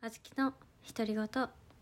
あずきの独り言。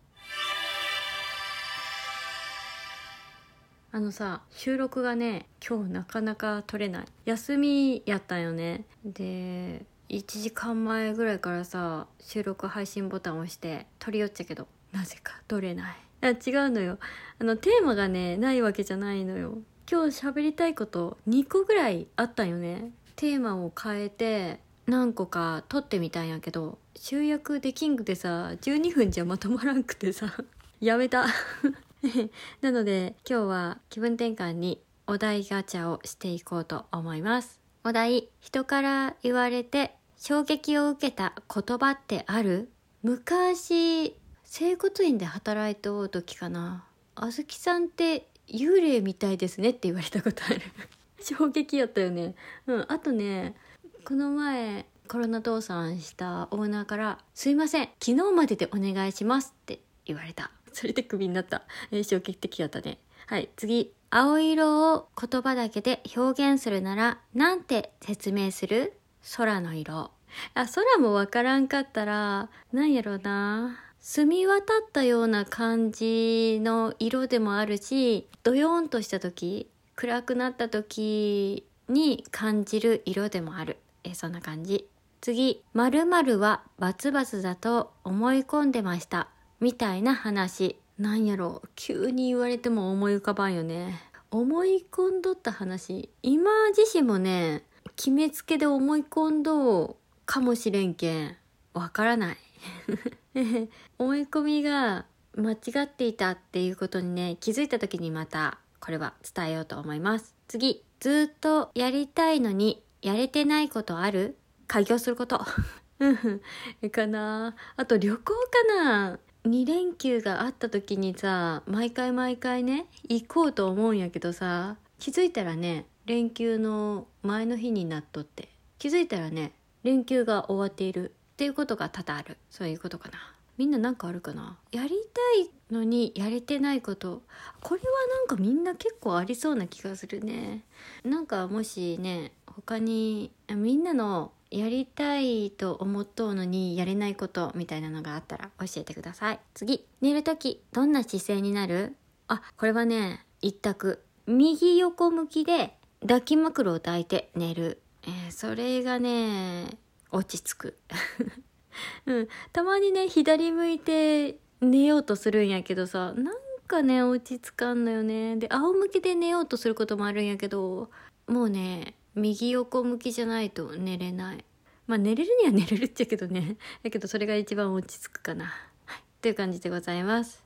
収録がね今日なかなか撮れない。休みやったんよね。で1時間前ぐらいからさ収録配信ボタンを押して撮りよっちゃけど、なぜか撮れない。違うのよ。テーマがねないわけじゃないのよ。今日喋りたいこと2個ぐらいあったんよね。テーマを変えて何個か撮ってみたんやけど、集約できんくてさ12分じゃまとまらんくてさやめたなので今日は気分転換にお題ガチャをしていこうと思います。お題、人から言われて衝撃を受けた言葉ってある？昔整骨院で働いておる時かな、あずきさんって幽霊みたいですねって言われたことある衝撃やったよね。あとね、この前コロナ倒産したオーナーからすいません昨日まででお願いしますって言われた。それでクビになった。衝撃的だったね。はい、次。青色を言葉だけで表現するならなんて説明する？空の色。空もわからんかったらなんやろうな、澄み渡ったような感じの色でもあるし、ドヨーンとした時、暗くなった時に感じる色でもある。そんな感じ。次。〇〇はバツバツだと思い込んでましたみたいな話。なんやろ、急に言われても思い浮かばんよね。思い込んどった話、今自身もね決めつけで思い込んどかもしれんけんわからない思い込みが間違っていたっていうことにね気づいた時にまたこれは伝えようと思います。次。ずっとやりたいのにやれてないことある？開業することかな。あと旅行かな。2連休があった時にさ毎回ね行こうと思うんやけどさ、気づいたらね連休の前の日になっとって、気づいたらね連休が終わっているっていうことが多々ある。そういうことかな。みんななんかあるかな。やりたいのにやれてないこと、これはなんかみんな結構ありそうな気がするね。なんかもしね他にみんなのやりたいと思っとうのにやれないことみたいなのがあったら教えてください。次。寝るときどんな姿勢になる？これはね一択。右横向きで抱き枕を抱いて寝る。それがね落ち着くたまにね左向いて寝ようとするんやけどさ、なんかね落ち着かんのよね。で仰向きで寝ようとすることもあるんやけど、もうね右横向きじゃないと寝れない。寝れるには寝れるっちゃけどねだけどそれが一番落ち着くかな、はい、という感じでございます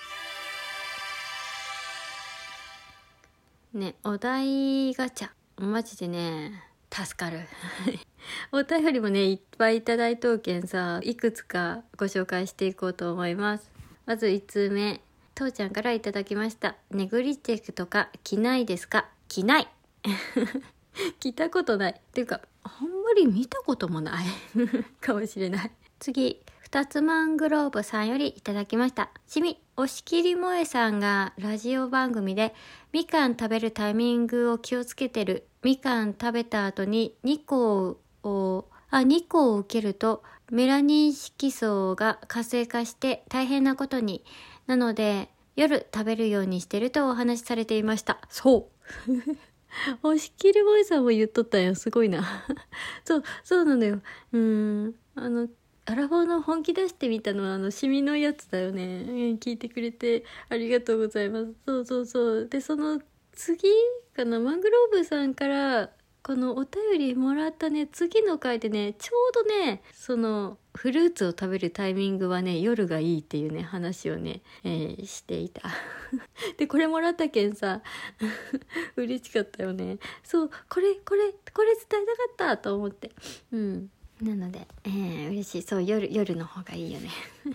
ね。お題ガチャマジでね助かるお便りもねいっぱいいただいとうけんさ、いくつかご紹介していこうと思います。まず1通目、父ちゃんからいただきました。ネグリチェックとか着ないですか？着ない着たことないっていうかあんまり見たこともないかもしれない。次。二つマングローブさんよりいただきました。しみ、押切萌えさんがラジオ番組でみかん食べるタイミングを気をつけてる。みかん食べた後に日光を受けるとメラニン色素が活性化して大変なことに。なので夜食べるようにしてるとお話しされていました。そう押切萌えさんも言っとったんよ。すごいなそうなのよ。アラフォーの本気出してみたのはシミのやつだよね。聞いてくれてありがとうございます。そうで、その次かな、マングローブさんからこのお便りもらったね次の回でね、ちょうどねそのフルーツを食べるタイミングはね夜がいいっていうね話をね、していたでこれもらったけんさ嬉しかったよね。そうこれ伝えたかったと思って、なので、嬉しい。そう夜の方がいいよね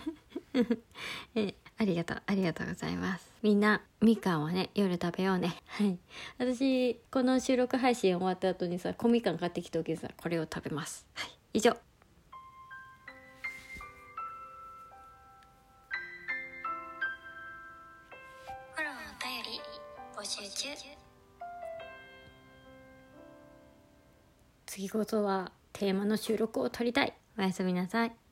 ありがとうございます。みんなみかんはね夜食べようね。はい。私この収録配信終わった後にさ小みかん買ってきておけさ、これを食べます。はい。以上。フォローお便り募集中。次こそはテーマの収録を撮りたい。おやすみなさい。